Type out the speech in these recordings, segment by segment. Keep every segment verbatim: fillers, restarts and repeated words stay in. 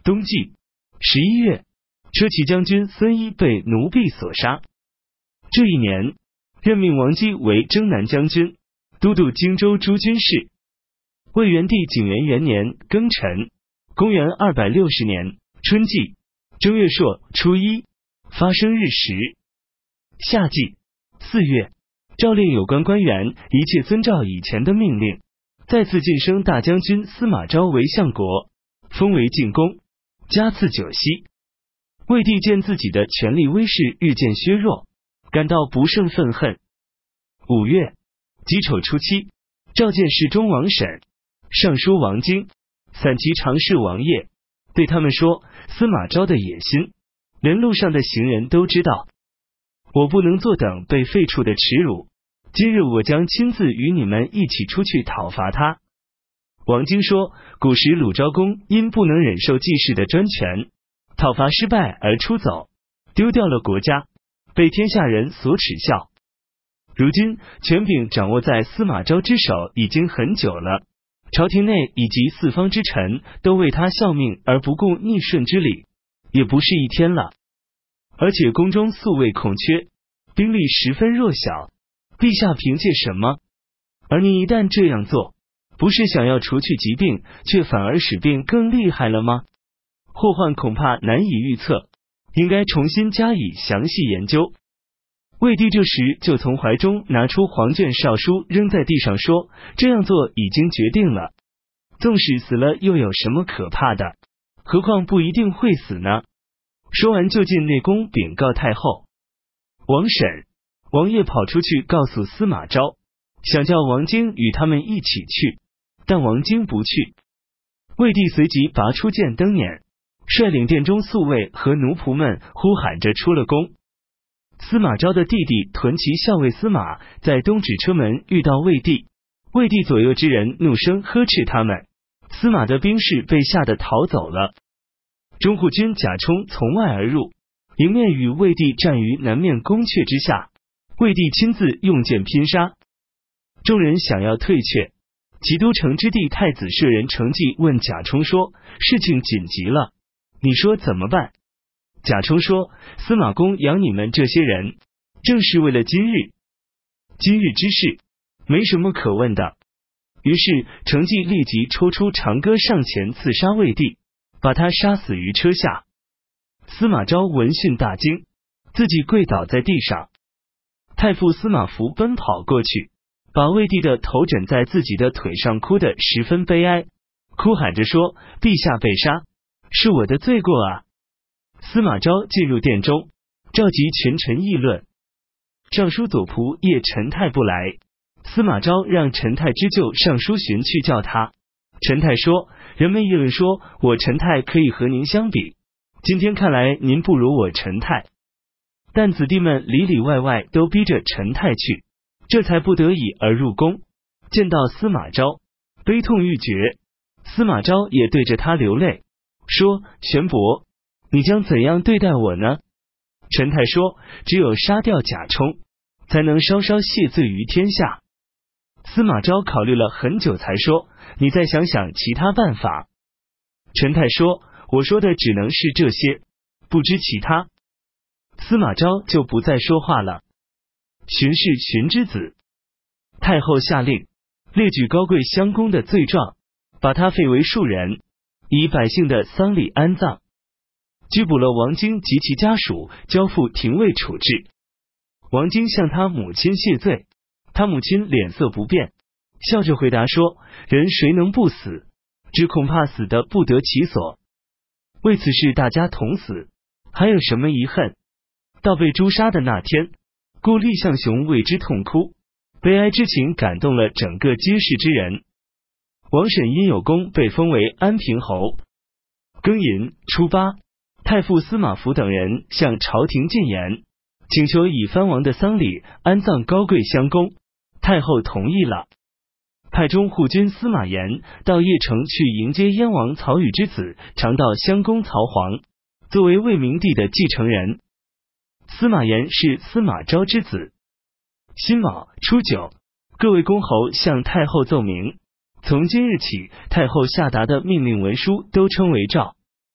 冬季十一月，车骑将军孙一被奴婢所杀。这一年，任命王基为征南将军，都督荆州诸军事。魏元帝景元元年庚辰，公元二百六十年春季正月朔初一，发生日时。夏季四月，诏令有关官员一切遵照以前的命令，再次晋升大将军司马昭为相国，封为晋公，加赐酒席。魏帝见自己的权力威势日渐削弱，感到不胜愤恨。五月己丑初七，召见侍中王审、尚书王经、散骑常侍王业，对他们说：司马昭的野心，连路上的行人都知道，我不能坐等被废黜的耻辱。今日我将亲自与你们一起出去讨伐他。王经说，古时鲁昭公因不能忍受季氏的专权，讨伐失败而出走，丢掉了国家，被天下人所耻笑。如今权柄掌握在司马昭之手已经很久了，朝廷内以及四方之臣都为他效命而不顾逆顺之礼，也不是一天了。而且宫中素未空缺，兵力十分弱小，陛下凭借什么？而你一旦这样做，不是想要除去疾病，却反而使病更厉害了吗？祸患恐怕难以预测，应该重新加以详细研究。魏帝这时就从怀中拿出黄卷诏书，扔在地上说：这样做已经决定了，纵使死了又有什么可怕的？何况不一定会死呢？说完就进内宫禀告太后。王审、王业跑出去告诉司马昭，想叫王经与他们一起去，但王经不去。魏帝随即拔出剑登辇，率领殿中宿卫和奴仆们呼喊着出了宫。司马昭的弟弟屯骑校尉司马在东指车门遇到魏帝，魏帝左右之人怒声呵斥他们，司马的兵士被吓得逃走了。中护军贾充从外而入，迎面与魏帝战于南面宫阙之下，魏帝亲自用剑拼杀。众人想要退却，齐都城之地太子舍人程济问贾充说：事情紧急了，你说怎么办？贾充说：司马公养你们这些人，正是为了今日，今日之事没什么可问的。于是程济立即抽出长戈上前刺杀魏帝，把他杀死于车下。司马昭闻讯大惊，自己跪倒在地上。太傅司马孚奔跑过去，把魏帝的头枕在自己的腿上，哭得十分悲哀，哭喊着说：陛下被杀，是我的罪过啊！司马昭进入殿中，召集群臣议论。尚书左仆射陈泰不来，司马昭让陈泰之舅尚书荀去叫他。陈泰说：人们议论说我陈泰可以和您相比，今天看来您不如我陈泰。但子弟们里里外外都逼着陈泰去，这才不得已而入宫，见到司马昭，悲痛欲绝。司马昭也对着他流泪，说：玄伯，你将怎样对待我呢？陈泰说：只有杀掉贾充，才能稍稍谢罪于天下。司马昭考虑了很久，才说：你再想想其他办法。陈泰说：我说的只能是这些，不知其他。司马昭就不再说话了。荀是荀之子，太后下令列举高贵襄公的罪状，把他废为庶人，以百姓的丧礼安葬，拘捕了王经及其家属，交付廷尉处置。王经向他母亲谢罪，他母亲脸色不变，笑着回答说：人谁能不死？只恐怕死得不得其所。为此事大家同死，还有什么遗恨？到被诛杀的那天，故厉象雄为之痛哭，悲哀之情感动了整个街市之人。王审因有功，被封为安平侯。庚寅初八，太傅司马孚等人向朝廷进言，请求以藩王的丧礼安葬高贵襄公，太后同意了，派中护军司马炎到邺城去迎接燕王曹宇之子常悼襄公曹皇，作为魏明帝的继承人。司马炎是司马昭之子。辛卯初九，各位公侯向太后奏明，从今日起，太后下达的命令文书都称为诏。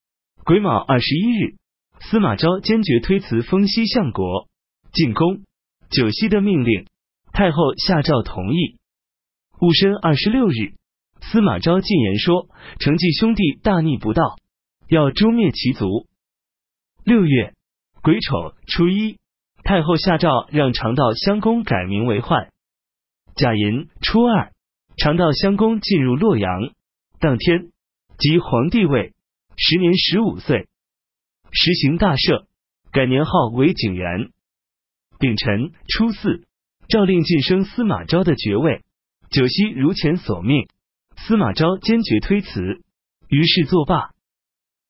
癸卯二十一日，司马昭坚决推辞封西相国、进宫。九锡的命令，太后下诏同意。戊申二十六日，司马昭进言说，承继兄弟大逆不道，要诛灭其族。六月癸丑初一，太后下诏让长道襄公改名为奂。甲寅初二，长道襄公进入洛阳，当天即皇帝位，时年十五岁，实行大赦，改年号为景元。丙辰初四，诏令晋升司马昭的爵位。九锡如前所命，司马昭坚决推辞，于是作罢。